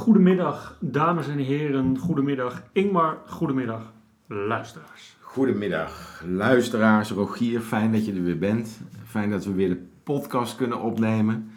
Goedemiddag, dames en heren. Goedemiddag, Ingmar. Goedemiddag, luisteraars. Goedemiddag, luisteraars. Rogier, fijn dat je er weer bent. Fijn dat we weer de podcast kunnen opnemen.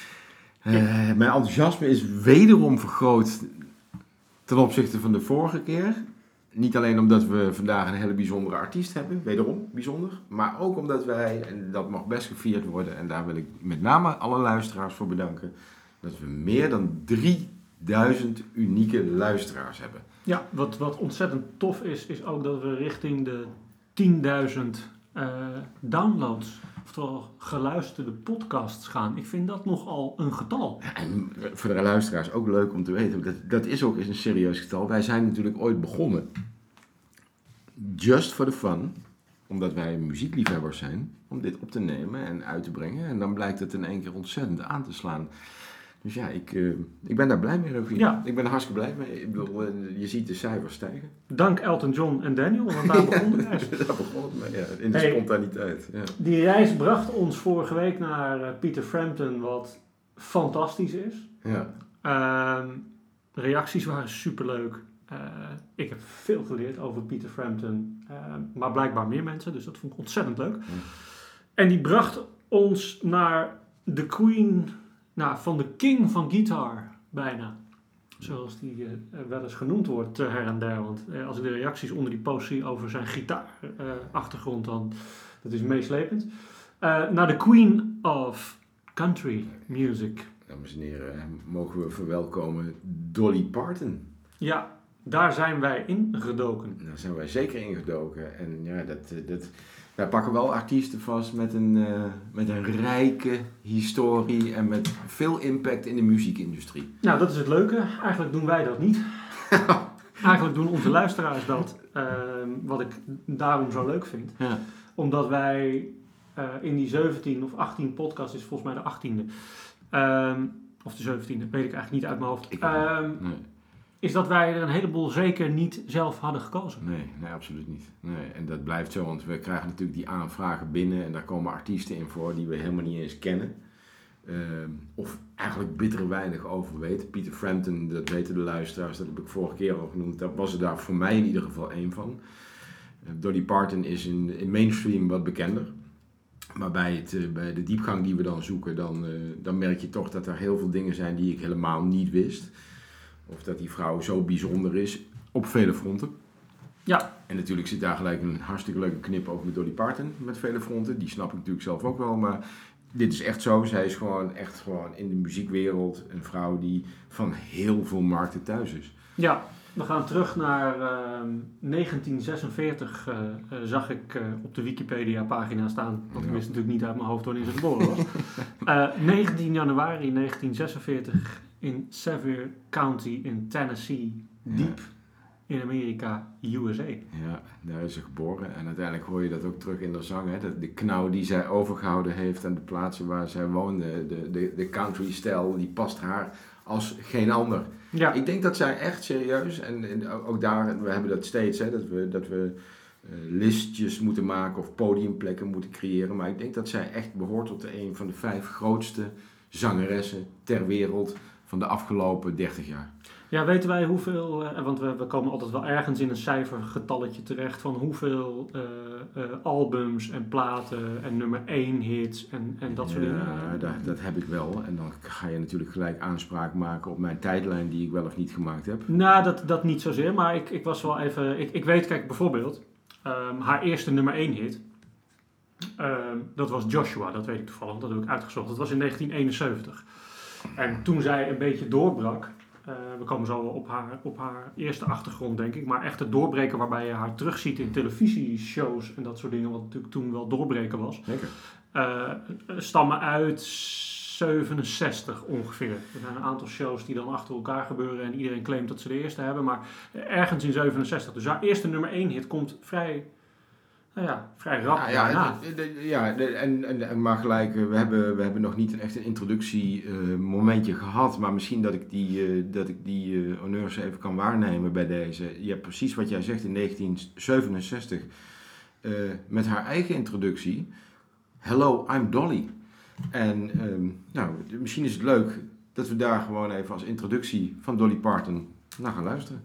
Mijn enthousiasme is wederom vergroot ten opzichte van de vorige keer. Niet alleen omdat we vandaag een hele bijzondere artiest hebben, wederom bijzonder. Maar ook omdat wij, en dat mag best gevierd worden, en daar wil ik met name alle luisteraars voor bedanken, dat we meer dan 3000 unieke luisteraars hebben. Ja, wat ontzettend tof is ook dat we richting de 10.000 downloads, oftewel geluisterde podcasts gaan. Ik vind dat nogal een getal. En voor de luisteraars ook leuk om te weten, dat is ook eens een serieus getal. Wij zijn natuurlijk ooit begonnen, just for the fun, omdat wij muziekliefhebbers zijn, om dit op te nemen en uit te brengen. En dan blijkt het in één keer ontzettend aan te slaan. Dus ja, ik ben daar blij mee, Rogier. Ja. Ik ben er hartstikke blij mee. Ik bedoel, je ziet de cijfers stijgen. Dank Elton John en Daniel, want daar begon de reis. Daar begon het mee, ja, in de spontaniteit. Ja. Die reis bracht ons vorige week naar Peter Frampton, wat fantastisch is. Ja. Reacties waren superleuk. Ik heb veel geleerd over Peter Frampton, maar blijkbaar meer mensen, dus dat vond ik ontzettend leuk. Ja. En die bracht ons naar de Queen, van de King van Guitar, bijna. Zoals die wel eens genoemd wordt her en der. Want als ik de reacties onder die post zie over zijn gitaarachtergrond, dan dat is meeslepend. Naar de Queen of Country Music. Dames en heren, mogen we verwelkomen Dolly Parton. Ja, daar zijn wij ingedoken. Daar zijn wij zeker ingedoken. En ja, wij pakken wel artiesten vast met een rijke historie en met veel impact in de muziekindustrie. Nou, dat is het leuke. Eigenlijk doen wij dat niet. Eigenlijk doen onze luisteraars dat. Wat ik daarom zo leuk vind. Ja. Omdat wij in die 17 of 18 podcast, is volgens mij de 18e. Of de 17e, weet ik eigenlijk niet uit mijn hoofd. Nee. Is dat wij er een heleboel zeker niet zelf hadden gekozen. Nee, absoluut niet. Nee, en dat blijft zo, want we krijgen natuurlijk die aanvragen binnen en daar komen artiesten in voor die we helemaal niet eens kennen. Of eigenlijk bitter weinig over weten. Peter Frampton, dat weten de luisteraars, dat heb ik vorige keer al genoemd. Dat was er daar voor mij in ieder geval één van. Dolly Parton is in mainstream wat bekender. Maar bij de diepgang die we dan zoeken, dan merk je toch dat er heel veel dingen zijn die ik helemaal niet wist. Of dat die vrouw zo bijzonder is, op vele fronten. Ja. En natuurlijk zit daar gelijk een hartstikke leuke knip over met Dolly Parton, met vele fronten. Die snap ik natuurlijk zelf ook wel, maar dit is echt zo. Zij is gewoon in de muziekwereld een vrouw die van heel veel markten thuis is. Ja, we gaan terug naar 1946, zag ik op de Wikipedia-pagina staan. Want ik wist natuurlijk niet uit mijn hoofd wanneer ze geboren was. 19 januari 1946 in Sevier County in Tennessee, diep in Amerika, USA. Ja, daar is ze geboren. En uiteindelijk hoor je dat ook terug in de zang. Hè? De knauw die zij overgehouden heeft aan de plaatsen waar zij woonde. De country-stijl, die past haar als geen ander. Ja. Ik denk dat zij echt serieus, en ook daar, we hebben dat steeds, hè, dat we listjes moeten maken of podiumplekken moeten creëren. Maar ik denk dat zij echt behoort tot een van de 5 grootste zangeressen ter wereld van de afgelopen 30 jaar. Ja, weten wij hoeveel, want we komen altijd wel ergens in een cijfergetalletje terecht van hoeveel albums en platen en nummer 1 hits en dat soort dingen. Ja, dat heb ik wel. En dan ga je natuurlijk gelijk aanspraak maken op mijn tijdlijn die ik wel of niet gemaakt heb. Nou, dat niet zozeer, maar ik was wel even, ik weet, kijk bijvoorbeeld, haar eerste nummer 1 hit, dat was Joshua, dat weet ik toevallig, want dat heb ik uitgezocht. Dat was in 1971. En toen zij een beetje doorbrak, we komen zo op haar eerste achtergrond denk ik, maar echt het doorbreken waarbij je haar terugziet in televisieshows en dat soort dingen, wat natuurlijk toen wel doorbreken was, stammen uit 67 ongeveer. Er zijn een aantal shows die dan achter elkaar gebeuren en iedereen claimt dat ze de eerste hebben, maar ergens in 67. Dus haar eerste nummer 1 hit komt vrij rap daarna. Maar gelijk, we hebben nog niet echt een introductiemomentje gehad, maar misschien dat ik die honneurs even kan waarnemen bij deze. Je hebt precies wat jij zegt in 1967 met haar eigen introductie. Hello, I'm Dolly. En misschien is het leuk dat we daar gewoon even als introductie van Dolly Parton naar gaan luisteren.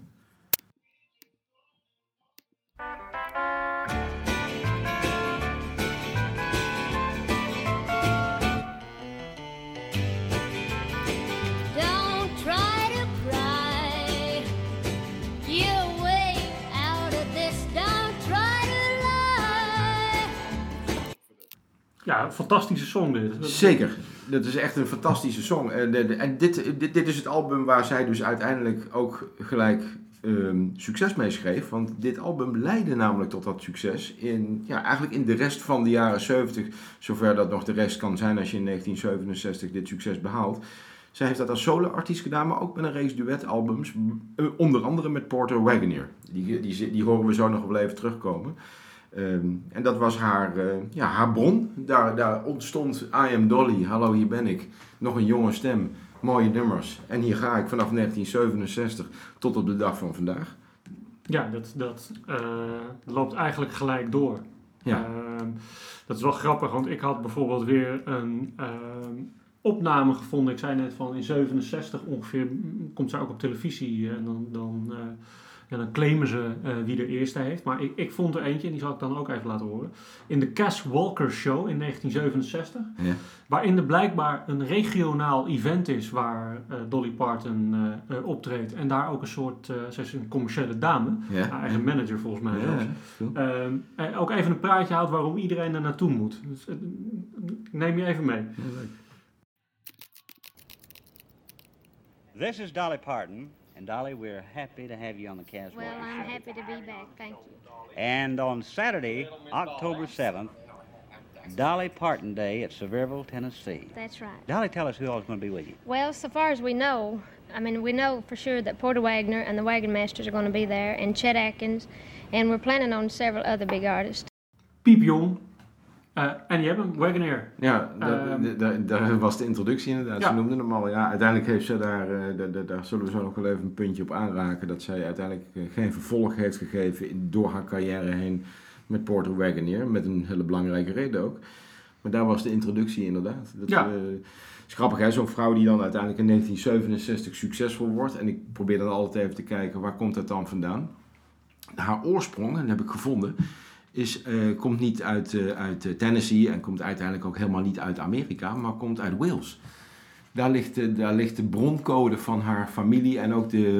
Ja, een fantastische song dit. Zeker, dat is echt een fantastische song. En dit is het album waar zij dus uiteindelijk ook gelijk succes mee schreef. Want dit album leidde namelijk tot dat succes eigenlijk in de rest van de jaren 70. Zover dat nog de rest kan zijn als je in 1967 dit succes behaalt. Zij heeft dat als solo-artiest gedaan, maar ook met een reeks duetalbums. Onder andere met Porter Wagoner. Die horen we zo nog wel even terugkomen. En dat was haar bron. Daar ontstond I Am Dolly, hallo hier ben ik. Nog een jonge stem, mooie nummers. En hier ga ik vanaf 1967 tot op de dag van vandaag. Ja, dat loopt eigenlijk gelijk door. Ja. Dat is wel grappig, want ik had bijvoorbeeld weer een opname gevonden. Ik zei net van in 67 ongeveer komt zij ook op televisie. En dan claimen ze wie de eerste heeft. Maar ik vond er eentje, en die zal ik dan ook even laten horen. In de Cass Walker Show in 1967. Ja. Waarin er blijkbaar een regionaal event is waar Dolly Parton optreedt. En daar ook een soort, zij is een commerciële dame. Ja. Haar eigen manager volgens mij zelfs. Ja, ook even een praatje houdt waarom iedereen er naartoe moet. Dus, neem je even mee. Ja, This is Dolly Parton. And Dolly, we're happy to have you on the Cass Walker Show. Well, I'm happy to be back. Thank you. And on Saturday, October 7th, Dolly Parton Day at Sevierville, Tennessee. That's right. Dolly, tell us who all is going to be with you. Well, so far as we know, we know for sure that Porter Wagoner and the Wagon Masters are going to be there, and Chet Atkins, and we're planning on several other big artists. Piepjong. En je hebt hem, Wagoner. Ja, daar was de introductie inderdaad. Ja. Ze noemden hem al. Ja, uiteindelijk heeft ze daar zullen we zo nog wel even een puntje op aanraken, dat zij uiteindelijk geen vervolg heeft gegeven door haar carrière heen met Porter Wagoner. Met een hele belangrijke reden ook. Maar daar was de introductie inderdaad. Dat is grappig, hè? Zo'n vrouw die dan uiteindelijk in 1967 succesvol wordt. En ik probeer dan altijd even te kijken, waar komt dat dan vandaan? Haar oorsprong, en dat heb ik gevonden, komt niet uit Tennessee en komt uiteindelijk ook helemaal niet uit Amerika, maar komt uit Wales. Daar ligt de broncode van haar familie en ook de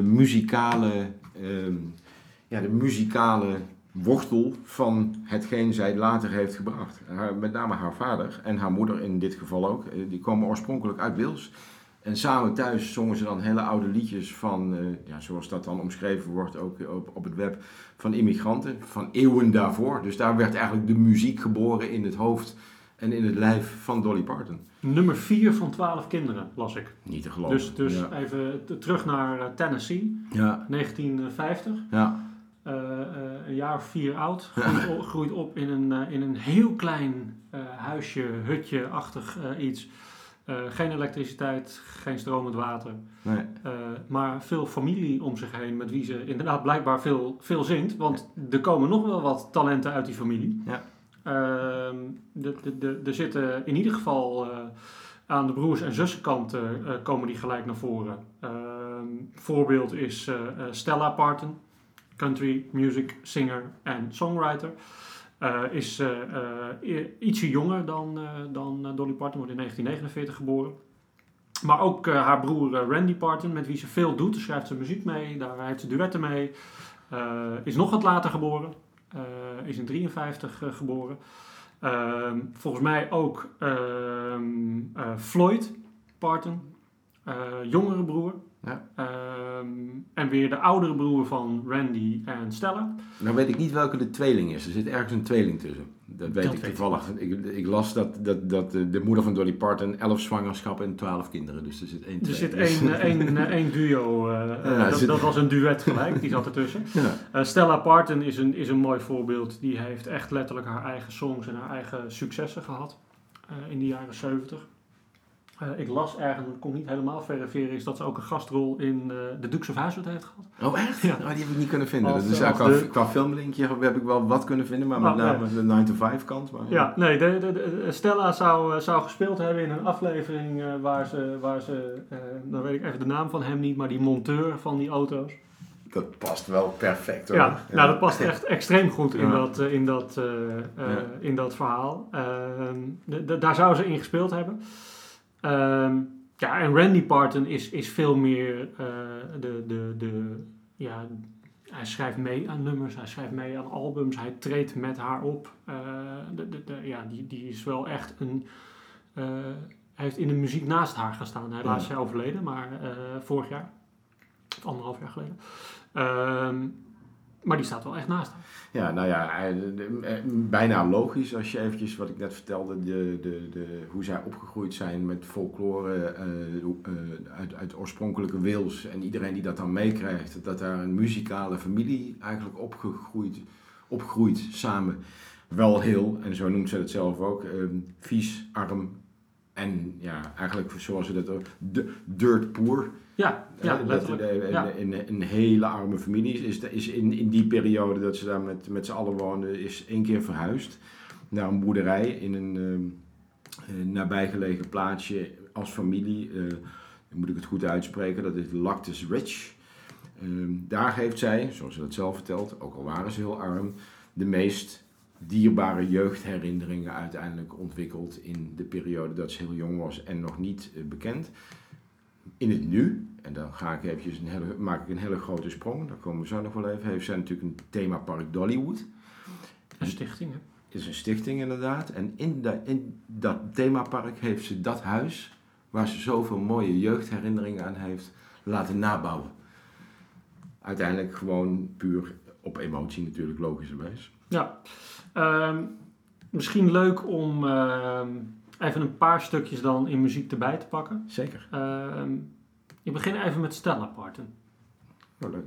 muzikale wortel van hetgeen zij later heeft gebracht. Met name haar vader en haar moeder in dit geval ook, die komen oorspronkelijk uit Wales. En samen thuis zongen ze dan hele oude liedjes van, zoals dat dan omschreven wordt ook op het web, van immigranten, van eeuwen daarvoor. Dus daar werd eigenlijk de muziek geboren in het hoofd en in het lijf van Dolly Parton. Nummer 4 van 12 kinderen, las ik. Niet te geloven. Dus even terug naar Tennessee, 1950. Ja. Een jaar of 4 oud, groeit op in een heel klein huisje, hutje-achtig iets. Geen elektriciteit, geen stromend water. Nee. Maar veel familie om zich heen met wie ze inderdaad blijkbaar veel zingt. Want er komen nog wel wat talenten uit die familie. Ja. Er zitten in ieder geval aan de broers- en zussenkant komen die gelijk naar voren. Voorbeeld is Stella Parton, country music singer en songwriter. Is ietsje jonger dan Dolly Parton, wordt in 1949 geboren. Maar ook haar broer Randy Parton, met wie ze veel doet. Daar schrijft ze muziek mee, daar heeft ze duetten mee. Is nog wat later geboren. Is in 1953 geboren. Volgens mij ook Floyd Parton, jongere broer. Ja. En weer de oudere broer van Randy en Stella. Nou weet ik niet welke de tweeling is. Er zit ergens een tweeling tussen. Dat weet ik toevallig. Ik las dat de moeder van Dolly Parton 11 zwangerschappen en 12 kinderen. Dus er zit één één duo. Dat was een duet gelijk. Die zat ertussen. Ja. Stella Parton is een mooi voorbeeld. Die heeft echt letterlijk haar eigen songs en haar eigen successen gehad. In de jaren 70. Ik las ergens, dat kon niet helemaal verifiëren, is dat ze ook een gastrol in de Dukes of Hazzard heeft gehad. Oh echt? Ja. Oh, die heb ik niet kunnen vinden. Als- Dus als qua filmlinkje heb ik wel wat kunnen vinden, maar met name de 9-to-5 kant. Maar, Ja, nee, de Stella zou gespeeld hebben in een aflevering waar ze dan weet ik even de naam van hem niet, maar die monteur van die auto's. Dat past wel perfect hoor. Ja, nou dat past echt extreem goed in dat verhaal. Daar zou ze in gespeeld hebben. En Randy Parton is veel meer hij schrijft mee aan nummers, hij schrijft mee aan albums, hij treedt met haar op. Die is wel echt hij heeft in de muziek naast haar gestaan. Helaas is hij overleden, maar vorig jaar, of 1,5 jaar geleden. Maar die staat wel echt naast haar. Ja, nou ja, bijna logisch als je eventjes, wat ik net vertelde, hoe zij opgegroeid zijn met folklore uit oorspronkelijke Wales. En iedereen die dat dan meekrijgt, dat daar een muzikale familie eigenlijk opgroeit samen. Wel heel, en zo noemt ze het zelf ook, vies, arm en ja, eigenlijk zoals ze dat ook, dirt poor. Ja, letterlijk. Een hele arme familie is in die periode dat ze daar met z'n allen woonden, is 1 keer verhuisd naar een boerderij in een nabijgelegen plaatsje als familie. Moet ik het goed uitspreken, dat is Lactus Ridge. Daar heeft zij, zoals ze dat zelf vertelt, ook al waren ze heel arm, de meest dierbare jeugdherinneringen uiteindelijk ontwikkeld in de periode dat ze heel jong was en nog niet bekend. In het nu, en dan ga ik eventjes maak ik een hele grote sprong, daar komen we zo nog wel even, heeft zij natuurlijk een themapark Dollywood. Een stichting, hè? Het is een stichting inderdaad. En in dat themapark heeft ze dat huis, waar ze zoveel mooie jeugdherinneringen aan heeft, laten nabouwen. Uiteindelijk gewoon puur op emotie natuurlijk, logischerwijs. Ja, misschien leuk om even een paar stukjes dan in muziek erbij te pakken. Zeker. Ik begin even met Stella Parton. Oh, leuk.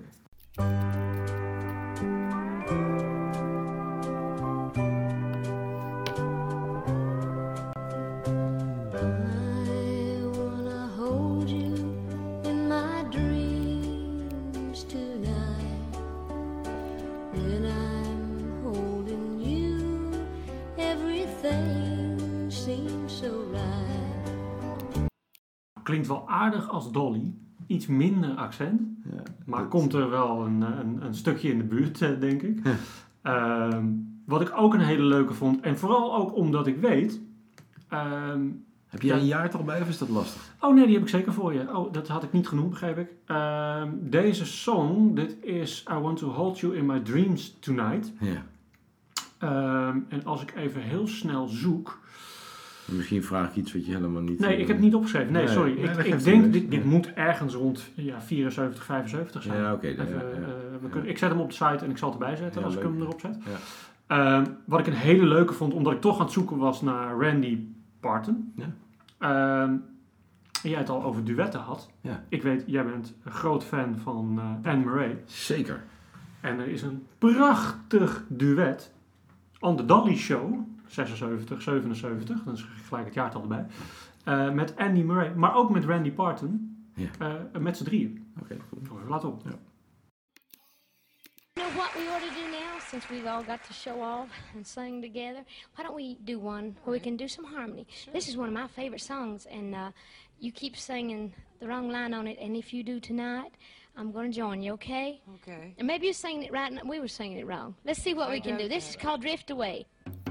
Klinkt wel aardig als Dolly. Iets minder accent. Ja, maar komt er wel een stukje in de buurt, denk ik. Wat ik ook een hele leuke vond. En vooral ook omdat ik weet... heb je een jaartal bij of is dat lastig? Oh nee, die heb ik zeker voor je. Oh, dat had ik niet genoemd, begreep ik. Deze song, dit is I Want To Hold You In My Dreams Tonight. Ja. En als ik even heel snel zoek... Misschien vraag ik iets wat je helemaal niet... Nee, ik heb het niet opgeschreven. Nee, sorry. Ik denk, dit moet ergens rond 74, 75 zijn. Ja, oké. Ik zet hem op de site en ik zal het erbij zetten als leuk. ik hem erop zet. Ja. Wat ik een hele leuke vond, omdat ik toch aan het zoeken was naar Randy Parton. Ja. Jij het al over duetten had. Ja. Ik weet, jij bent een groot fan van Anne Murray. Zeker. En er is een prachtig duet on the Dolly Show... 76, 77, dan is gelijk het jaartal erbij. Met Andy Murray, maar ook met Randy Parton. Ja. Met z'n drieën. Oké, cool. Laat op. Ja. You know what we ought to do now, since we've all got to show off and sing together? Why don't we do one where we can do some harmony? Sure. This is one of my favorite songs, and you keep singing the wrong line on it, and if you do tonight, I'm going to join you, okay? Okay. And maybe you're singing it right, and we were singing it wrong. Let's see what we can do. This is called Drift Away.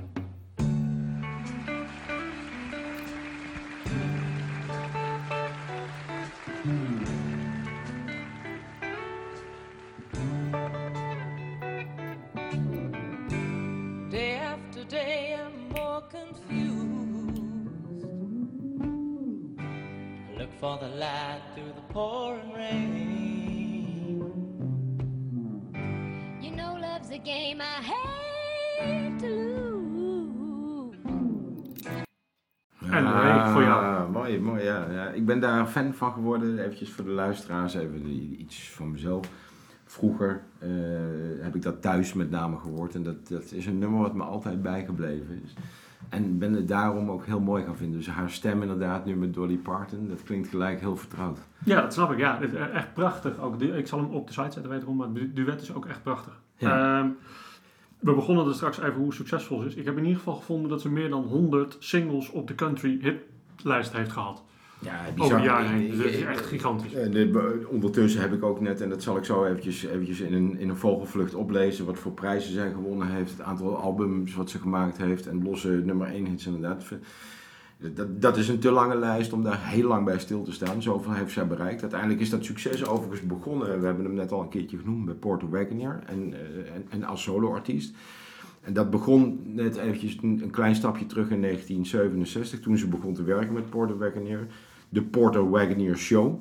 Day after day I'm more confused. I look for the light through the pouring rain. You know love's a game I hate to lose. En Ray, voor jou. Mooi, ja. Ik ben daar fan van geworden. Eventjes voor de luisteraars, even iets van mezelf. Vroeger heb ik dat thuis met name gehoord. En dat is een nummer wat me altijd bijgebleven is. En ben het daarom ook heel mooi gaan vinden. Dus haar stem inderdaad nu met Dolly Parton, dat klinkt gelijk heel vertrouwd. Ja, dat snap ik. Ja, het is echt prachtig. Ook ik zal hem op de site zetten, wederom, maar het duet is ook echt prachtig. Ja. We begonnen er straks even hoe succesvol ze is. Ik heb in ieder geval gevonden dat ze meer dan 100 singles op de country hitlijst heeft gehad. Ja, over de jaren heen. Dus dat is echt gigantisch. Ondertussen heb ik ook net, en dat zal ik zo eventjes in een vogelvlucht oplezen, wat voor prijzen zij gewonnen heeft, het aantal albums wat ze gemaakt heeft en losse nummer 1 hits inderdaad. Dat is een te lange lijst om daar heel lang bij stil te staan. Zoveel heeft zij bereikt. Uiteindelijk is dat succes overigens begonnen. We hebben hem net al een keertje genoemd bij Porter Wagoner en als solo-artiest. En dat begon net eventjes een klein stapje terug in 1967, toen ze begon te werken met Porter Wagoner. De Porter Wagoner Show.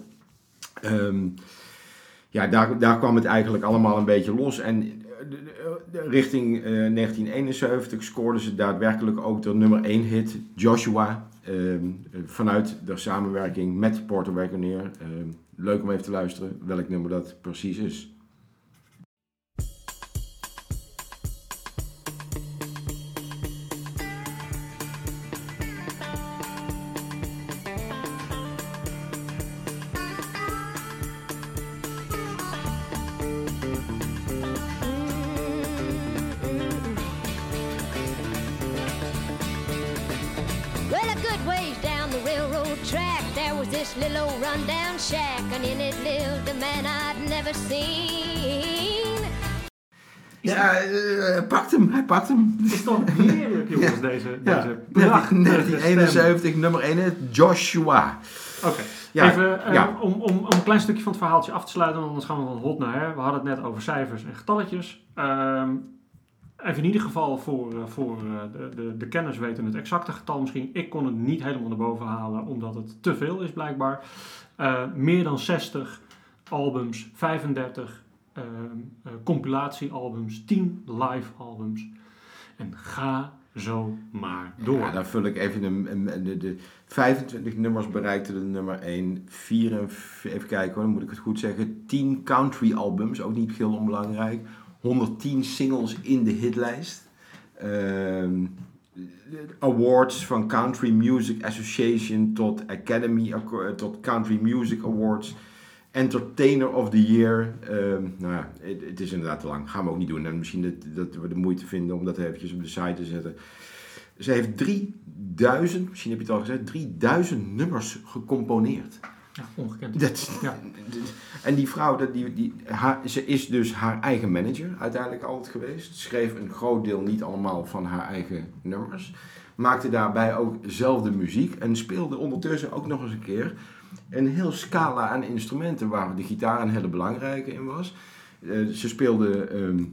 Daar kwam het eigenlijk allemaal een beetje los. En richting 1971 scoorden ze daadwerkelijk ook de nummer 1 hit, Joshua. Vanuit de samenwerking met Porter Wagoner. Leuk om even te luisteren welk nummer dat precies is. Little old rundown shack, and in it lived a man I'd never seen. Ja, hij pakt hem. Het is toch heerlijk, jongens, deze prachtige 1971, nummer 1, Joshua. Oké, Ja, even om een klein stukje van het verhaaltje af te sluiten, anders gaan we van hot naar her. We hadden het net over cijfers en getalletjes. Even in ieder geval voor de kenners weten het exacte getal misschien. Ik kon het niet helemaal naar boven halen, omdat het te veel is blijkbaar. Meer dan 60 albums, 35 compilatiealbums, 10 live albums. En ga zo maar door. Ja, dan vul ik even de 25 nummers bereikte de nummer 1. 4, even kijken hoor, dan moet ik het goed zeggen. 10 country albums, ook niet heel onbelangrijk. 110 singles in de hitlijst. Awards van Country Music Association tot Academy, tot Country Music Awards. Entertainer of the Year. Het is inderdaad te lang. Gaan we ook niet doen. En misschien dat we de moeite vinden om dat eventjes op de site te zetten. Ze heeft 3000, misschien heb je het al gezegd, 3000 nummers gecomponeerd. Ja, ongekend. En die vrouw, ze is dus haar eigen manager uiteindelijk altijd geweest. Schreef een groot deel, niet allemaal, van haar eigen nummers. Maakte daarbij ook zelf de muziek. En speelde ondertussen ook nog eens een keer een heel scala aan instrumenten waar de gitaar een hele belangrijke in was. Ze speelde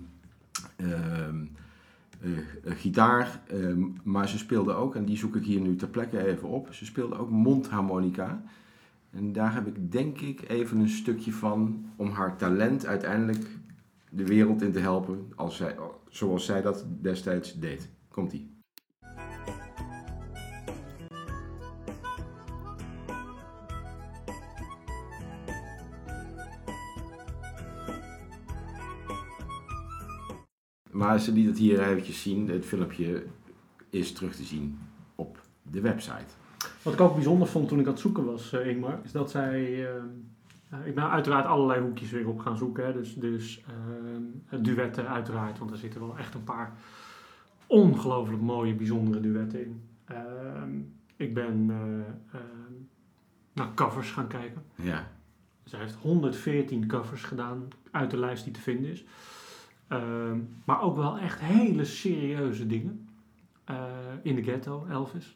gitaar, maar ze speelde ook, en die zoek ik hier nu ter plekke even op, ze speelde ook mondharmonica. En daar heb ik denk ik even een stukje van om haar talent uiteindelijk de wereld in te helpen zoals zij dat destijds deed. Komt-ie. Maar ze liet het hier eventjes zien. Het filmpje is terug te zien op de website. Wat ik ook bijzonder vond toen ik aan het zoeken was, Ingmar, is dat zij... ik ben uiteraard allerlei hoekjes weer op gaan zoeken. Hè. Dus duetten uiteraard, want er zitten wel echt een paar ongelooflijk mooie, bijzondere duetten in. Ik ben naar covers gaan kijken. Ja. Zij heeft 114 covers gedaan uit de lijst die te vinden is. Maar ook wel echt hele serieuze dingen. In the Ghetto, Elvis.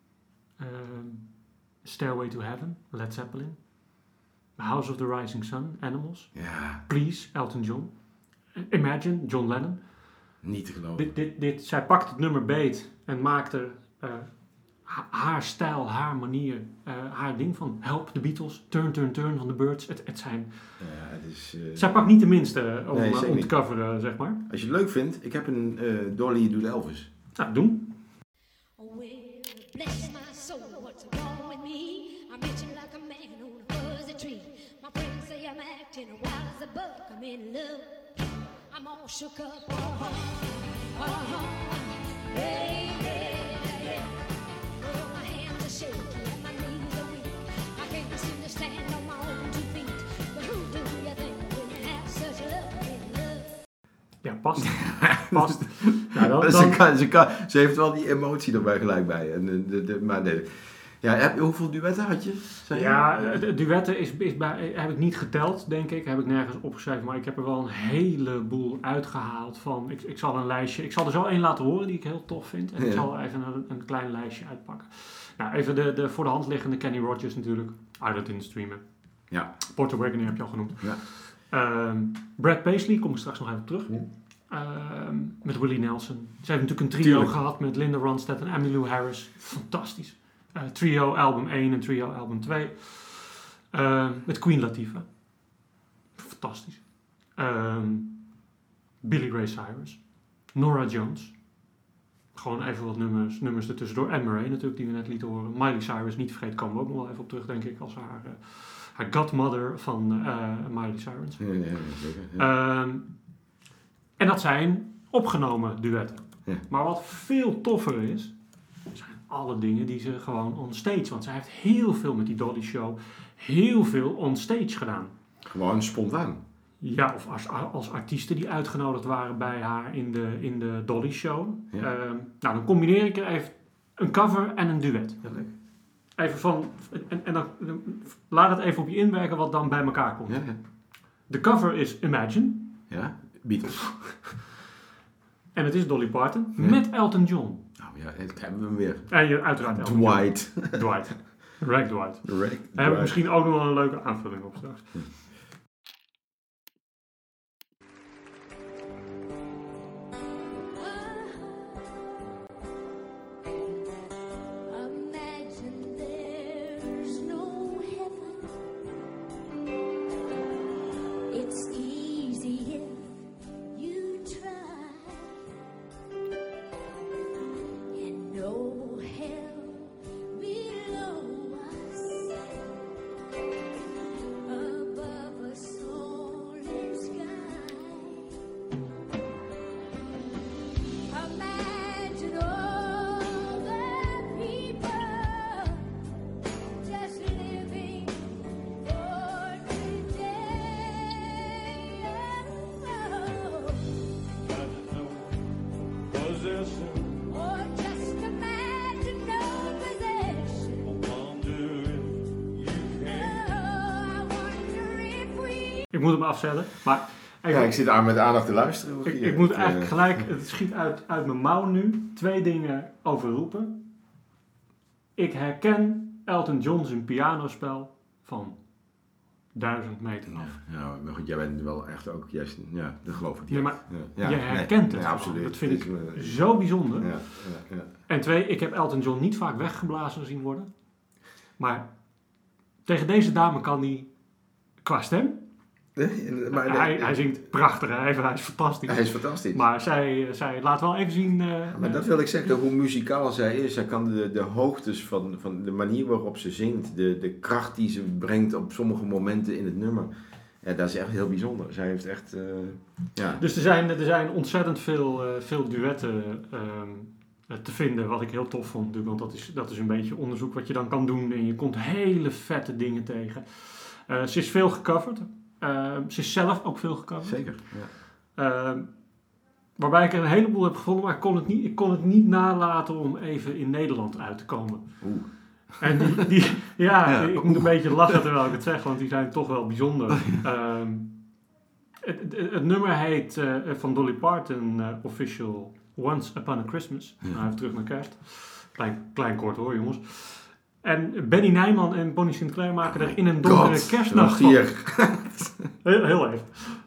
Stairway to Heaven, Led Zeppelin. House of the Rising Sun, Animals. Ja. Please, Elton John. Imagine, John Lennon. Niet te geloven. Zij pakt het nummer beet en maakt er haar stijl, haar manier, haar ding van. Help, the Beatles, Turn, Turn, Turn van The Birds. Het zijn... het is, zij pakt niet de minste om niet te coveren, zeg maar. Als je het leuk vindt, ik heb een Dolly doet Elvis. Nou, doen. Bless my soul, what's wrong with me? I'm itching like a man who was a tree. My friends say I'm acting wild as a buck. I'm in love, I'm all shook up. Baby, shaky and my knees are weak. I can't seem to stand on my own 2 feet. But who do you think when you have such love in love? Ja, past. Past. Nou, Ze heeft wel die emotie erbij gelijk bij. En maar nee. Ja, hoeveel duetten had je? De duetten heb ik niet geteld, denk ik. Heb ik nergens opgeschreven. Maar ik heb er wel een heleboel uitgehaald van. Ik zal een lijstje. Ik zal er zo één laten horen die ik heel tof vind. En ik zal even een klein lijstje uitpakken. Nou, even de voor de hand liggende Kenny Rogers natuurlijk. Island in the Streamer. Ja. Porter Wagoner heb je al genoemd. Ja. Brad Paisley, kom ik straks nog even op terug. Met Willie Nelson. Ze hebben natuurlijk een trio gehad met Linda Ronstadt en Emmylou Harris. Fantastisch. Trio album 1 en trio album 2. Met Queen Latifah. Fantastisch. Billy Ray Cyrus. Norah Jones. Gewoon even wat nummers ertussendoor. Anne Murray natuurlijk, die we net lieten horen. Miley Cyrus, niet vergeten, komen we ook nog wel even op terug, denk ik. Als haar godmother van Miley Cyrus. Ja, zeker. Ja. En dat zijn opgenomen duetten. Ja. Maar wat veel toffer is, zijn alle dingen die ze gewoon on stage. Want zij heeft heel veel met die Dolly Show, heel veel on stage gedaan. Gewoon spontaan. Ja, of als artiesten die uitgenodigd waren bij haar in de Dolly Show. Ja. Nou, dan combineer ik er even een cover en een duet. Ja, leuk. Even van, en dan laat het even op je inwerken wat dan bij elkaar komt. Ja. De cover is Imagine. Ja, Beatles. En het is Dolly Parton Ja. met Elton John. Nou ja, het hebben we hem weer. En uiteraard Elton John. Dwight. Dwight. Rag Dwight. Daar heb ik Dwight. misschien ook nog wel een leuke aanvulling op straks. Imagine there's no heaven. It's easy if you try. And no hell below us. Above us only sky. Imagine all the people just living for today. Or just imagine no possession. I wonder if we. Ik moet hem afzetten, maar even, Ja, ik zit aan met aandacht te luisteren. ik moet eigenlijk gelijk, het schiet uit mijn mouw nu, 2 dingen overroepen. Ik herken Elton John zijn pianospel van 1000 meter af. Ja, maar goed, jij bent wel echt ook juist, ja, dat geloof ik. Nee, maar ja, je herkent het nee, gewoon. absoluut. Dat vind Het ik is, zo bijzonder. ja. En 2, ik heb Elton John niet vaak weggeblazen zien worden. Maar tegen deze dame kan hij qua stem. Maar Hij zingt prachtig, hij is fantastisch. hij is fantastisch. Maar zij laat wel even zien. Maar dat wil ik zeggen, hoe muzikaal zij is. Zij kan de hoogtes van de manier waarop ze zingt, de kracht die ze brengt op sommige momenten in het nummer. Ja, dat is echt heel bijzonder. Zij heeft echt, ja. Dus er zijn ontzettend veel duetten te vinden, wat ik heel tof vond. Natuurlijk, want dat is een beetje onderzoek wat je dan kan doen. En je komt hele vette dingen tegen. Ze is veel gecoverd. Ze is zelf ook veel gecoverd. Zeker. Ja. Waarbij ik er een heleboel heb gevonden, maar ik kon het niet nalaten om even in Nederland uit te komen. Oeh. En ik moet een beetje lachen terwijl ik het zeg, want die zijn toch wel bijzonder. Het nummer heet van Dolly Parton Official Once Upon a Christmas. Ja. Nou, even terug naar kerst. Klein kort hoor, jongens. En Benny Nijman en Bonnie Sinclair maken er in een donkere kerstnacht van. Heel even.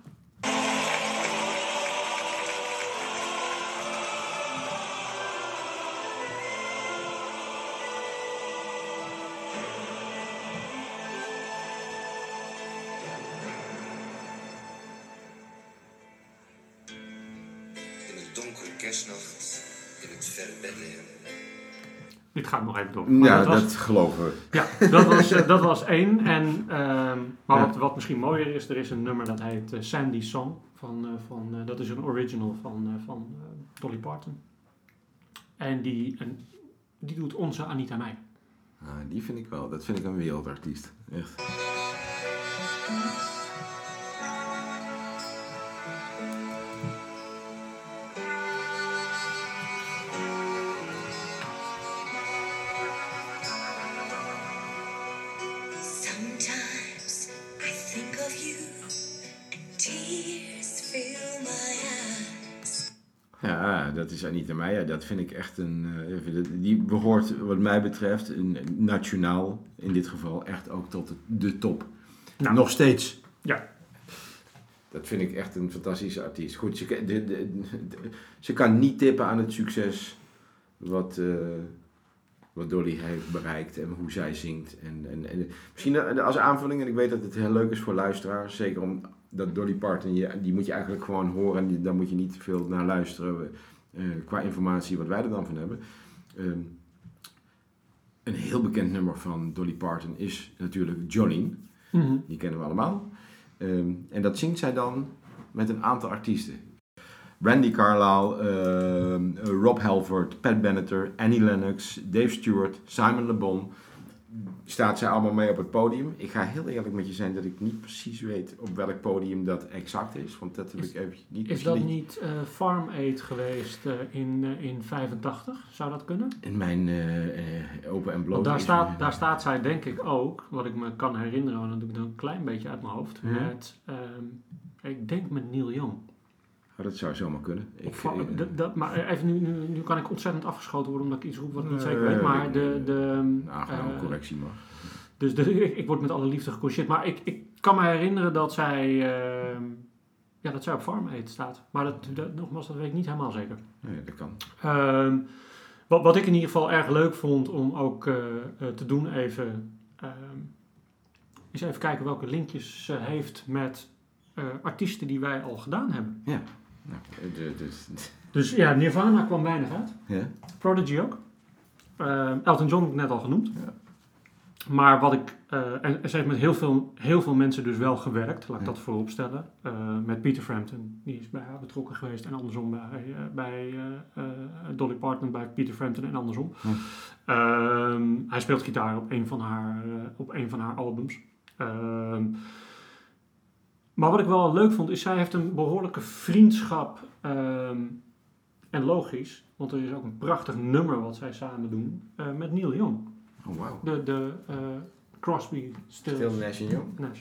In een donkere kerstnacht in het verre Bethlehem. Dit gaat nog even door. Maar Ja, dat dat geloven we. Ja, dat was 1. Maar wat misschien mooier is, er is een nummer dat heet Sandy Song. Dat is een original van Dolly Parton. En die doet onze Anita Meij. Die vind ik wel. Dat vind ik een wereldartiest. Echt. Sometimes I think of you and tears fill my eyes. Ja, dat is Anita Meijer. Dat vind ik echt die behoort wat mij betreft, nationaal in dit geval, echt ook tot de top. Nou. Nog steeds. Ja. Dat vind ik echt een fantastische artiest. Goed, ze kan niet tippen aan het succes wat Dolly heeft bereikt en hoe zij zingt. En misschien als aanvulling, en ik weet dat het heel leuk is voor luisteraars, zeker omdat Dolly Parton, die moet je eigenlijk gewoon horen en daar moet je niet te veel naar luisteren qua informatie wat wij er dan van hebben. Een heel bekend nummer van Dolly Parton is natuurlijk Jolene. Mm-hmm. Die kennen we allemaal. En dat zingt zij dan met een aantal artiesten. Brandi Carlile, Rob Halford, Pat Benatar, Annie Lennox, Dave Stewart, Simon Le Bon. Staat zij allemaal mee op het podium. Ik ga heel eerlijk met je zijn dat ik niet precies weet op welk podium dat exact is. Want dat heb ik even niet. Is dat niet Farm Aid geweest in 85? Zou dat kunnen? In mijn open en bloot. Daar staat zij denk ik ook, wat ik me kan herinneren, want dat doe ik dan een klein beetje uit mijn hoofd, met, ik denk met Neil Young. Oh, dat zou zomaar kunnen. Maar even nu kan ik ontzettend afgeschoten worden omdat ik iets roep wat ik niet zeker weet. Maar gewoon correctie maar. Dus ik word met alle liefde gecorrigeerd. Maar ik kan me herinneren dat zij op Farm Aid staat. Maar nogmaals, dat weet ik niet helemaal zeker. Nee, dat kan. Wat ik in ieder geval erg leuk vond om ook te doen even... is even kijken welke linkjes ze heeft met artiesten die wij al gedaan hebben. Ja. Dus ja, Nirvana kwam weinig uit. Ja. Prodigy ook. Elton John heb ik net al genoemd. Ja. Maar wat ik... en ze heeft met heel veel mensen dus wel gewerkt. Laat ik dat voorop stellen. Met Peter Frampton. Die is bij haar betrokken geweest. En andersom bij Dolly Parton, bij Peter Frampton en andersom. Hij speelt gitaar op een van haar albums. Maar wat ik wel leuk vond, is zij heeft een behoorlijke vriendschap. En logisch, want er is ook een prachtig nummer wat zij samen doen met Neil Young. Oh, wow. De Crosby, Stills, Nash & Young.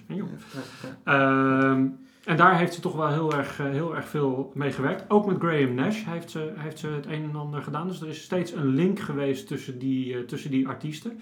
En daar heeft ze toch wel heel erg veel mee gewerkt. Ook met Graham Nash heeft ze het een en ander gedaan. Dus er is steeds een link geweest tussen die artiesten.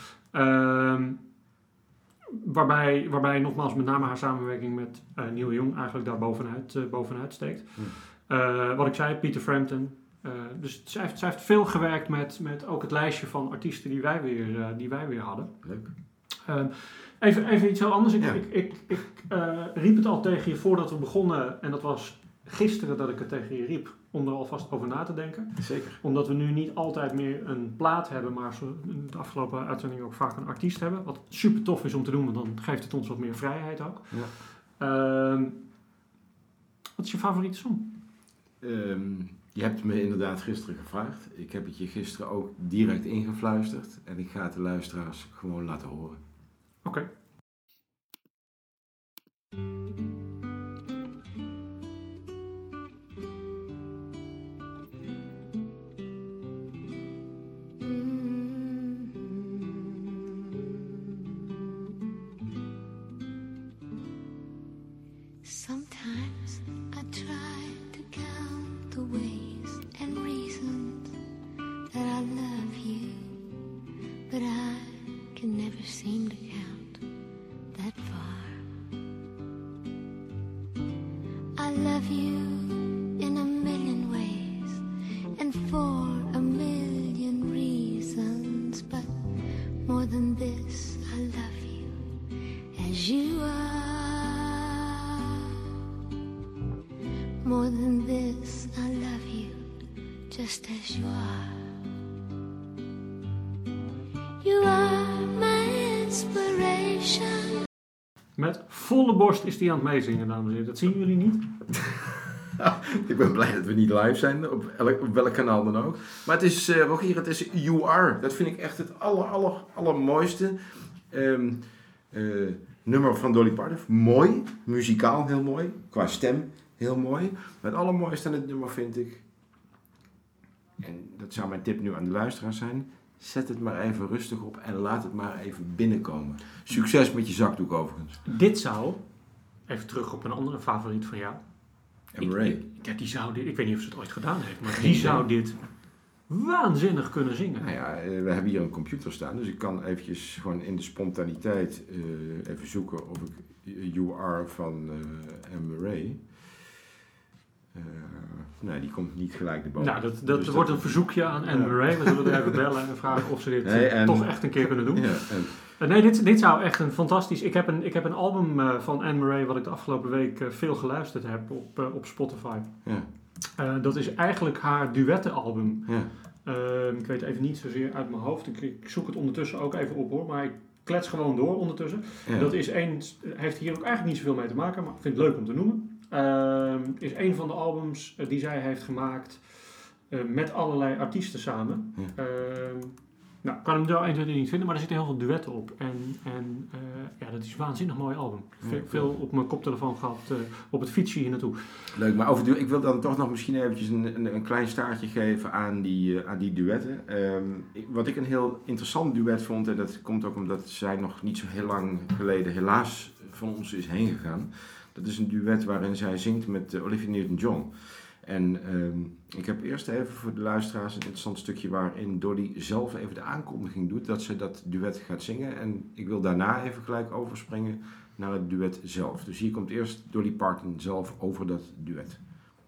Waarbij nogmaals met name haar samenwerking met Neil Young eigenlijk daar bovenuit steekt. Wat ik zei, Peter Frampton. Dus zij heeft veel gewerkt met ook het lijstje van artiesten die wij weer hadden. Leuk. Even iets heel anders. Ik riep het al tegen je voordat we begonnen. En dat was gisteren dat ik het tegen je riep. Om er alvast over na te denken. Zeker. Omdat we nu niet altijd meer een plaat hebben. Maar in de afgelopen uitzending ook vaak een artiest hebben. Wat super tof is om te doen. Want dan geeft het ons wat meer vrijheid ook. Ja. Wat is je favoriete song? Je hebt me inderdaad gisteren gevraagd. Ik heb het je gisteren ook direct ingefluisterd. En ik ga het de luisteraars gewoon laten horen. Oké. Sometimes I try to count the ways and reasons that I love you, but I can never seem to count that far. I love you in a million ways and for a million reasons, but more than this, I love you as you are. More than this, I love you just as you are. You are my inspiration. Met volle borst is die aan het meezingen, dames en heren. Dat zien jullie niet. Ik ben blij dat we niet live zijn, op welk kanaal dan ook. Maar het is, Rogier, het is You Are. Dat vind ik echt het allermooiste nummer van Dolly Parton. Mooi, muzikaal heel mooi, qua stem heel mooi. Maar het allermooiste aan het nummer vind ik, en dat zou mijn tip nu aan de luisteraars zijn, zet het maar even rustig op en laat het maar even binnenkomen. Succes met je zakdoek overigens. Dit zou, even terug op een andere favoriet van jou. Ray. Die zou dit, ik weet niet of ze het ooit gedaan heeft, maar die zou dit waanzinnig kunnen zingen. Nou ja, we hebben hier een computer staan, dus ik kan eventjes gewoon in de spontaniteit even zoeken of ik You Are van Ray. Nee, die komt niet gelijk erboven. Nou, dat wordt een verzoekje aan Anne Murray. We zullen er even bellen en vragen of ze dit toch echt een keer kunnen doen. Ja, Nee, dit zou echt een fantastisch... Ik heb een album van Anne Murray wat ik de afgelopen week veel geluisterd heb op Spotify. Ja. Dat is eigenlijk haar duettenalbum. Ja. Ik weet even niet zozeer uit mijn hoofd. Ik zoek het ondertussen ook even op hoor. Maar ik klets gewoon door ondertussen. Ja. Dat is heeft hier ook eigenlijk niet zoveel mee te maken. Maar ik vind het leuk om te noemen. Is een van de albums die zij heeft gemaakt met allerlei artiesten samen. Ja. Nou, ik kan hem zo 1, 2, 3 niet vinden, maar er zitten heel veel duetten op. En dat is een waanzinnig mooi album. Veel op mijn koptelefoon gehad op het fietsje hier naartoe. Leuk, maar ik wil dan toch nog misschien eventjes een klein staartje geven aan die duetten. Wat ik een heel interessant duet vond, en dat komt ook omdat zij nog niet zo heel lang geleden helaas van ons is heen gegaan. Dat is een duet waarin zij zingt met Olivia Newton-John. En ik heb eerst even voor de luisteraars een interessant stukje waarin Dolly zelf even de aankondiging doet dat ze dat duet gaat zingen. En ik wil daarna even gelijk overspringen naar het duet zelf. Dus hier komt eerst Dolly Parton zelf over dat duet.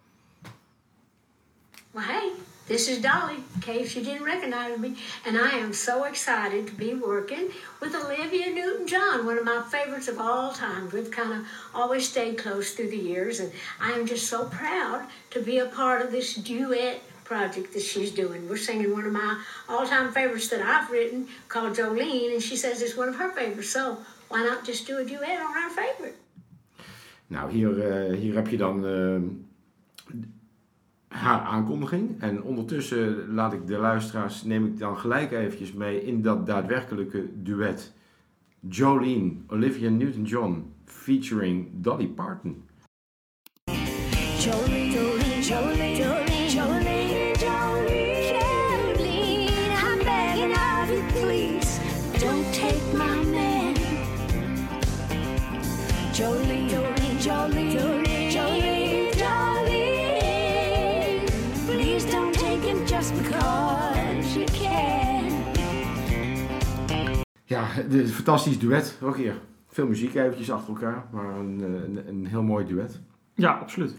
Well, hey, this is Dolly, in case you didn't recognize me, and I am so excited to be working with Olivia Newton-John, one of my favorites of all time. We've kind of always stayed close through the years, and I am just so proud to be a part of this duet project that she's doing. We're singing one of my all-time favorites that I've written called Jolene, and she says it's one of her favorites, so why not just do a duet on our favorite? Nou, hier heb je dan haar aankondiging. En ondertussen neem ik dan gelijk eventjes mee in dat daadwerkelijke duet. Jolene, Olivia Newton-John, featuring Dolly Parton. Jolene, Jolene, Jolene, Jolene, Jolene, Jolene, I'm begging of you, please, don't take my man. Jolene, Jolene, Jolene, Jolene, Jolene, Jolene, please don't take him just because you can. Ja, het is een fantastisch duet. Ook hier. Veel muziek eventjes achter elkaar, maar een heel mooi duet. Ja, absoluut.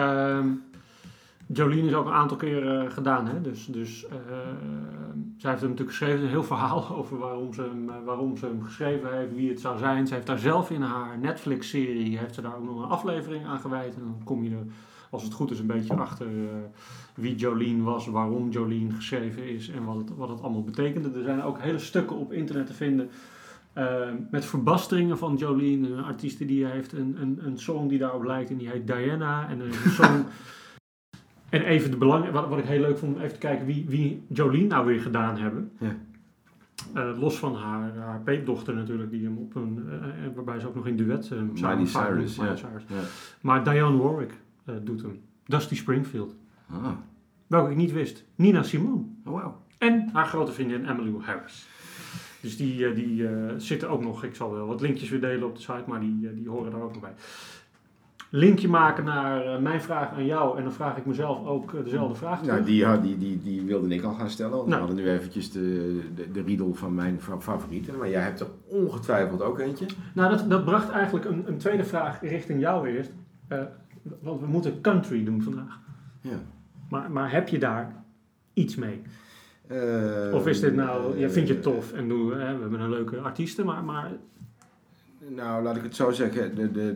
Jolene is ook een aantal keer gedaan. Hè? Dus zij heeft hem natuurlijk geschreven. Een heel verhaal over waarom ze hem geschreven heeft. Wie het zou zijn. Ze heeft daar zelf in haar Netflix-serie heeft ze daar ook nog een aflevering aan gewijd. En dan kom je er, als het goed is, een beetje achter wie Jolene was. Waarom Jolene geschreven is. En wat het allemaal betekende. Er zijn ook hele stukken op internet te vinden. Met verbasteringen van Jolene, een artiest die heeft een song die daarop lijkt en die heet Diana. En er is een song. En even wat ik heel leuk vond, even te kijken wie Jolene nou weer gedaan hebben. Ja. Los van haar peetdochter natuurlijk, die hem waarbij ze ook nog in duet Miley Cyrus. Ja. Maar Dionne Warwick doet hem. Dusty Springfield. Ah. Welke ik niet wist. Nina Simone. Oh, wow. En haar grote vriendin Emmylou Harris. Dus die zitten ook nog, ik zal wel wat linkjes weer delen op de site, maar die horen daar ook nog bij. Linkje maken naar mijn vraag aan jou en dan vraag ik mezelf ook dezelfde vraag terug. Nou, die wilde ik al gaan stellen, want we hadden nu eventjes de riedel van mijn favorieten, maar jij hebt er ongetwijfeld ook eentje. Nou, dat bracht eigenlijk een tweede vraag richting jou eerst, want we moeten country doen vandaag. Ja. Maar heb je daar iets mee? Of is dit nou, vind je het tof en we hebben een leuke artiesten, maar... Nou, laat ik het zo zeggen.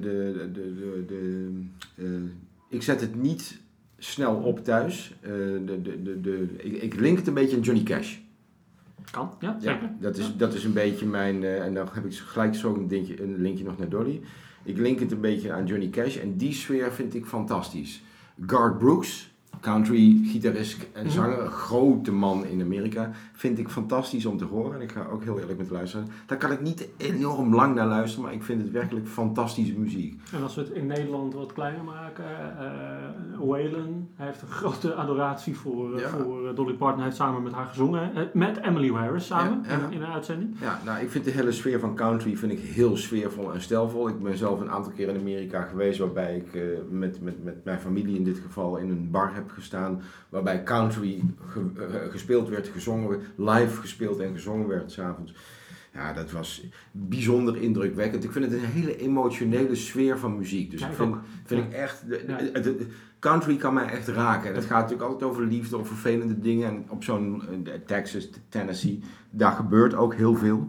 Ik zet het niet snel op thuis. Ik link het een beetje aan Johnny Cash. Kan, ja, zeker. Ja, dat is een beetje mijn... en dan heb ik gelijk zo een linkje nog naar Dolly. Ik link het een beetje aan Johnny Cash en die sfeer vind ik fantastisch. Garth Brooks, country-gitarist en zanger, een grote man in Amerika, vind ik fantastisch om te horen. En ik ga ook heel eerlijk met luisteren. Daar kan ik niet enorm lang naar luisteren, maar ik vind het werkelijk fantastische muziek. En als we het in Nederland wat kleiner maken, Waylon, hij heeft een grote adoratie voor Dolly Parton. Hij heeft samen met haar gezongen, met Emily Harris samen in een uitzending. Ja, nou, ik vind de hele sfeer van country vind ik heel sfeervol en stijlvol. Ik ben zelf een aantal keer in Amerika geweest, waarbij ik met mijn familie in dit geval in een bar heb gestaan, waarbij country gespeeld werd, gezongen werd, live gespeeld en gezongen werd 's avonds. Ja, dat was bijzonder indrukwekkend. Ik vind het een hele emotionele sfeer van muziek. Dus ik echt... Country kan mij echt raken. En het gaat natuurlijk altijd over liefde, over vervelende dingen. En op zo'n Texas, Tennessee, daar gebeurt ook heel veel.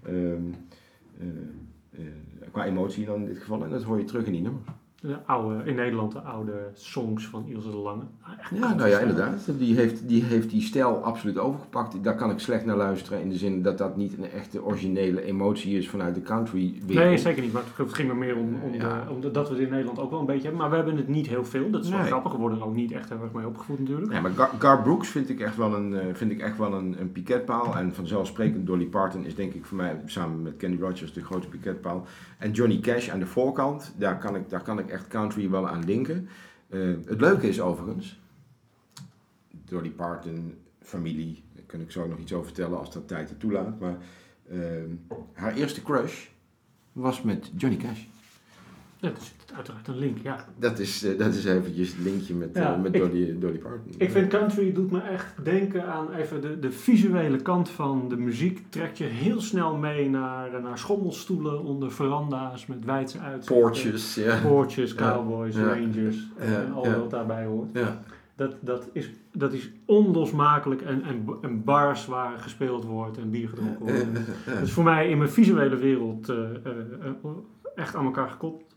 Qua emotie dan in dit geval. En dat hoor je terug in die nummers. In Nederland de oude songs van Ilse de Lange. Inderdaad. Die heeft die stijl absoluut overgepakt. Daar kan ik slecht naar luisteren in de zin dat dat niet een echte originele emotie is vanuit de country wereld. Nee, zeker niet. Maar het ging er meer om dat we het in Nederland ook wel een beetje hebben. Maar we hebben het niet heel veel. Dat is wel grappig. We worden er ook niet echt heel erg mee opgevoed natuurlijk. Ja, maar Garth Brooks vind ik echt wel een piketpaal. En vanzelfsprekend Dolly Parton is denk ik voor mij samen met Kenny Rogers de grote piketpaal. En Johnny Cash aan de voorkant, daar kan ik echt country wel aan linken. Het leuke is overigens, Dolly Parton, familie, daar kan ik zo nog iets over vertellen als dat tijd het toelaat, maar haar eerste crush was met Johnny Cash. Ja, dat is uiteraard een link, ja. Dat is eventjes het linkje met Dolly Parton. Ik vind country doet me echt denken aan even de visuele kant van de muziek. Trekt je heel snel mee naar schommelstoelen onder veranda's met wijdse uitzichten. Porches, cowboys, rangers en al wat daarbij hoort. Ja. Dat is onlosmakelijk en bars waar gespeeld wordt en bier gedronken wordt. Dat is voor mij in mijn visuele wereld echt aan elkaar gekoppeld.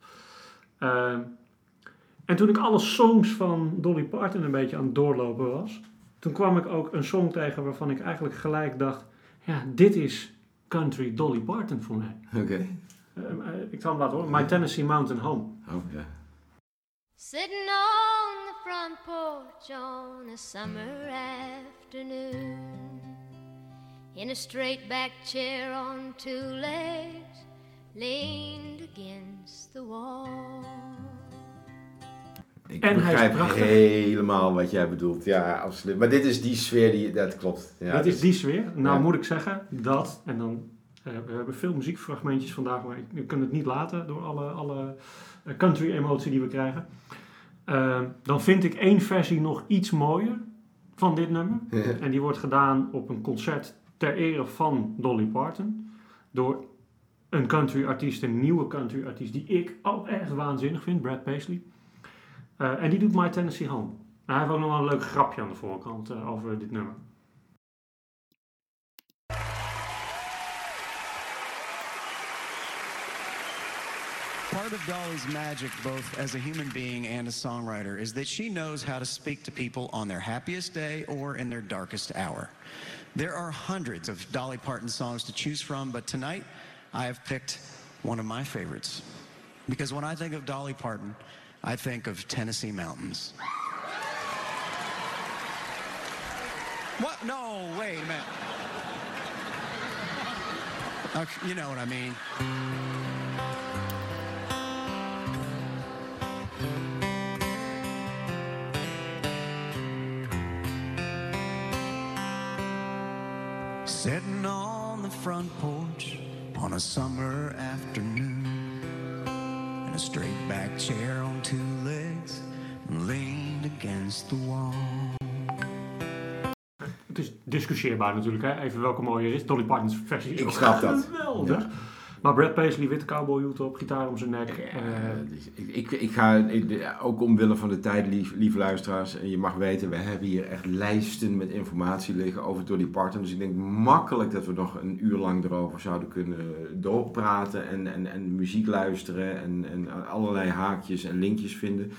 En toen ik alle songs van Dolly Parton een beetje aan het doorlopen was, toen kwam ik ook een song tegen waarvan ik eigenlijk gelijk dacht, ja, dit is country Dolly Parton voor mij. Oké. Ik zal hem laten horen. My Tennessee Mountain Home. Oh, ja. Sitting on the front porch on a summer afternoon, in a straight back chair on two legs, leaned against the wall. Ik begrijp helemaal wat jij bedoelt. Ja, absoluut. Maar dit is die sfeer dat klopt. Ja, dit is die sfeer. Nou moet ik zeggen dat, en dan, we hebben veel muziekfragmentjes vandaag, maar ik kan het niet laten door alle country emotie die we krijgen. Dan vind ik één versie nog iets mooier van dit nummer. Ja. En die wordt gedaan op een concert ter ere van Dolly Parton. Door een country artiest, een nieuwe country artiest die ik ook echt waanzinnig vind, Brad Paisley. En die doet My Tennessee Home. Hij heeft ook nog wel een leuk grapje aan de voorkant over dit nummer. Part of Dolly's magic, both as a human being and a songwriter, is that she knows how to speak to people on their happiest day or in their darkest hour. There are hundreds of Dolly Parton songs to choose from, but tonight I have picked one of my favorites. Because when I think of Dolly Parton, I think of Tennessee mountains. What? No, wait a minute. Okay, you know what I mean. Sitting on the front porch on a summer afternoon, in a straight back chair on two legs, leaned against the wall. Het is discussieerbaar natuurlijk, hè? Even welke mooier is. Dolly Parton's versie is geweldig. Ja. Maar Brad Paisley, witte cowboyhoed op, gitaar om zijn nek. Ik ga, ook omwille van de tijd, lieve luisteraars, en je mag weten, we hebben hier echt lijsten met informatie liggen over Dolly Parton. Dus ik denk makkelijk dat we nog een uur lang erover zouden kunnen doorpraten en muziek luisteren en allerlei haakjes en linkjes vinden.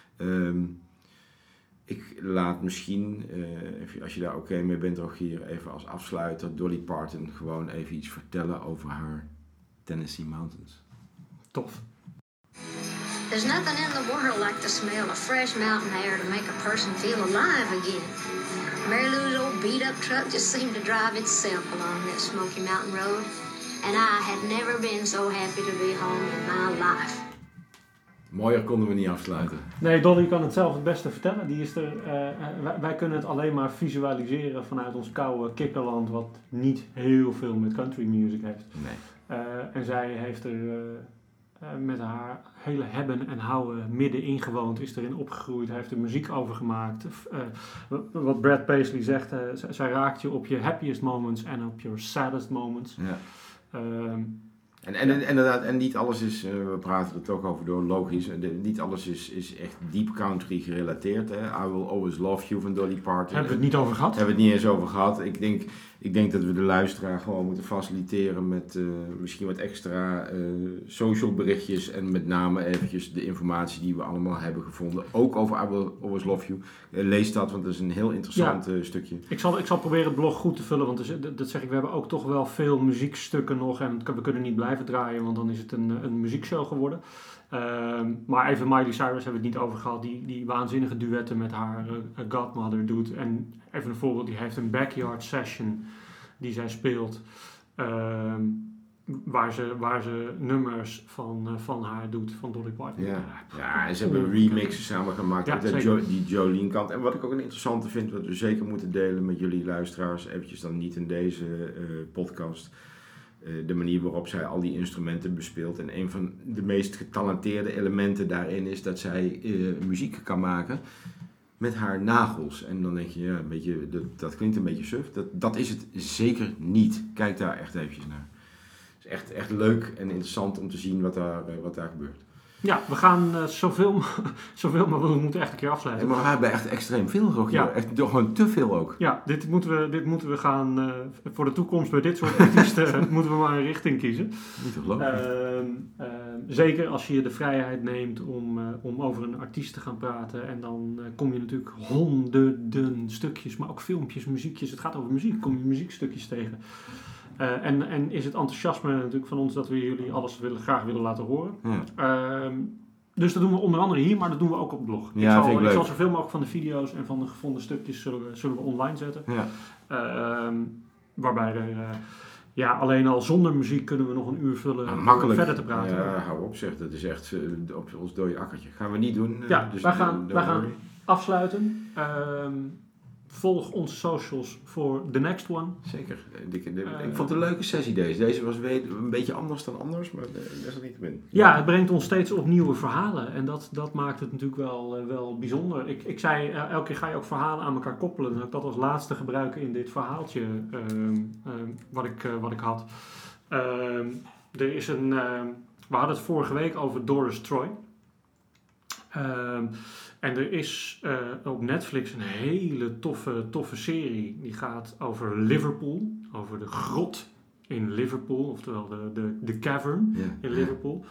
Ik laat misschien, als je daar oké mee bent, ook hier even als afsluiter Dolly Parton gewoon even iets vertellen over haar Tennessee Mountains. Tof. There's nothing in the world like the smell of fresh mountain air to make a person feel alive again. Mary Lou's old beat-up truck just seemed to drive itself along that Smoky Mountain Road. And I had never been so happy to be home in my life. Mooier konden we niet afsluiten. Nee, Dolly kan het zelf het beste vertellen. Die is er, wij kunnen het alleen maar visualiseren vanuit ons koude kikkerland, wat niet heel veel met country music heeft. Nee. En zij heeft er met haar hele hebben en houden middenin gewoond, is erin opgegroeid, heeft er muziek over gemaakt. Wat Brad Paisley zegt, zij raakt je op je happiest moments en op your saddest moments. Ja. Inderdaad, en niet alles is, we praten er toch over door, logisch, niet alles is echt deep country gerelateerd. Hè? I Will Always Love You van Dolly Parton. Hebben we het niet over gehad? Hebben we het niet eens over gehad. Ik denk dat we de luisteraar gewoon moeten faciliteren met misschien wat extra social berichtjes en met name eventjes de informatie die we allemaal hebben gevonden. Ook over I Will Always Love You. Lees dat, want dat is een heel interessant stukje. Ik zal proberen het blog goed te vullen, want dat zeg ik, we hebben ook toch wel veel muziekstukken nog en we kunnen niet blijven draaien, want dan is het een muziekshow geworden. Maar even Miley Cyrus hebben we het niet over gehad, die waanzinnige duetten met haar godmother doet. En even een voorbeeld, die heeft een backyard session die zij speelt, waar ze nummers van haar doet, van Dolly Parton. Ja, en ze hebben remixes samen gemaakt met die Jolene kant. En wat ik ook een interessante vind, wat we zeker moeten delen met jullie luisteraars, eventjes dan niet in deze podcast, de manier waarop zij al die instrumenten bespeelt. En een van de meest getalenteerde elementen daarin is dat zij muziek kan maken met haar nagels. En dan denk je, ja, een beetje, dat klinkt een beetje suf. Dat is het zeker niet. Kijk daar echt eventjes naar. Het is echt leuk en interessant om te zien wat daar gebeurt. Ja, we gaan zoveel, maar we moeten echt een keer afsluiten. Maar we hebben echt extreem veel ook hier. Ja. Echt gewoon te veel ook. Ja, dit moeten we gaan, voor de toekomst bij dit soort artiesten moeten we maar een richting kiezen. Niet te geloven. Zeker als je de vrijheid neemt om over een artiest te gaan praten. En dan kom je natuurlijk honderden stukjes, maar ook filmpjes, muziekjes. Het gaat over muziek, kom je muziekstukjes tegen. En is het enthousiasme natuurlijk van ons dat we jullie alles graag willen laten horen. Ja. Dus dat doen we onder andere hier, maar dat doen we ook op het blog. Ja, ik zal zoveel mogelijk van de video's en van de gevonden stukjes zullen we online zetten. Ja. Waarbij er alleen al zonder muziek kunnen we nog een uur vullen om verder te praten. Ja, hou op zeg, dat is echt op ons dode akkertje. Gaan we niet doen. Ja, dus wij gaan afsluiten. Volg onze socials voor the next one. Zeker. Ik vond het een leuke sessie deze. Deze was een beetje anders dan anders, maar dat is niet te winnen. Ja, het brengt ons steeds op nieuwe verhalen. En dat maakt het natuurlijk wel bijzonder. Ik zei, elke keer ga je ook verhalen aan elkaar koppelen. En dat als laatste gebruiken in dit verhaaltje wat ik had. Er is we hadden het vorige week over Doris Troy. En er is op Netflix een hele toffe serie. Die gaat over Liverpool. Over de grot in Liverpool. Oftewel de cavern in Liverpool.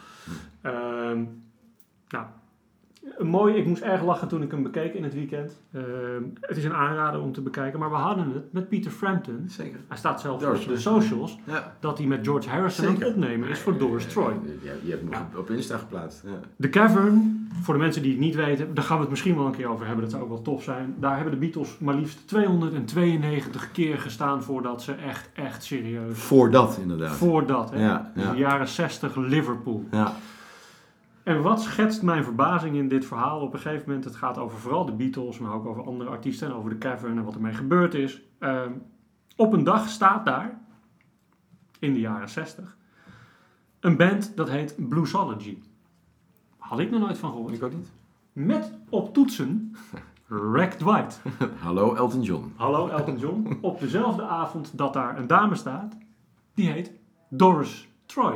Mooi, ik moest erg lachen toen ik hem bekeek in het weekend. Het is een aanrader om te bekijken. Maar we hadden het met Peter Frampton. Zeker. Hij staat zelfs op de socials. Ja. Dat hij met George Harrison aan het opnemen is voor Doris Troy. Je hebt hem op Insta geplaatst. Ja. De Cavern, voor de mensen die het niet weten, daar gaan we het misschien wel een keer over hebben. Dat zou ook wel tof zijn. Daar hebben de Beatles maar liefst 292 keer gestaan voordat ze echt serieus... Voordat, inderdaad. Voordat, hè. Ja. Dus de jaren 60 Liverpool. Ja. En wat schetst mijn verbazing in dit verhaal? Op een gegeven moment, het gaat over vooral de Beatles, maar ook over andere artiesten en over de Cavern en wat ermee gebeurd is. Op een dag staat daar, in de jaren 60, een band dat heet Bluesology. Had ik nog nooit van gehoord. Ik ook niet. Met op toetsen Rack Dwight. Hallo Elton John. Hallo Elton John. Op dezelfde avond dat daar een dame staat, die heet Doris Troy.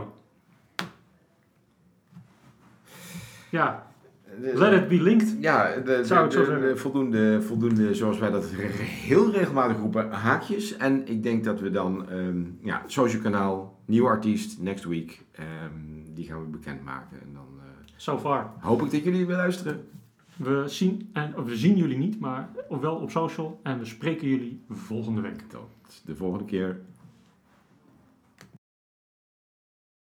Ja, let it be linked. Ja, voldoende, zoals wij dat heel regelmatig roepen, haakjes. En ik denk dat we dan, social kanaal, nieuwe artiest, next week, die gaan we bekendmaken. En dan so far. Hoop ik dat jullie weer luisteren. We zien jullie niet, maar wel op social. En we spreken jullie volgende week. Tot de volgende keer.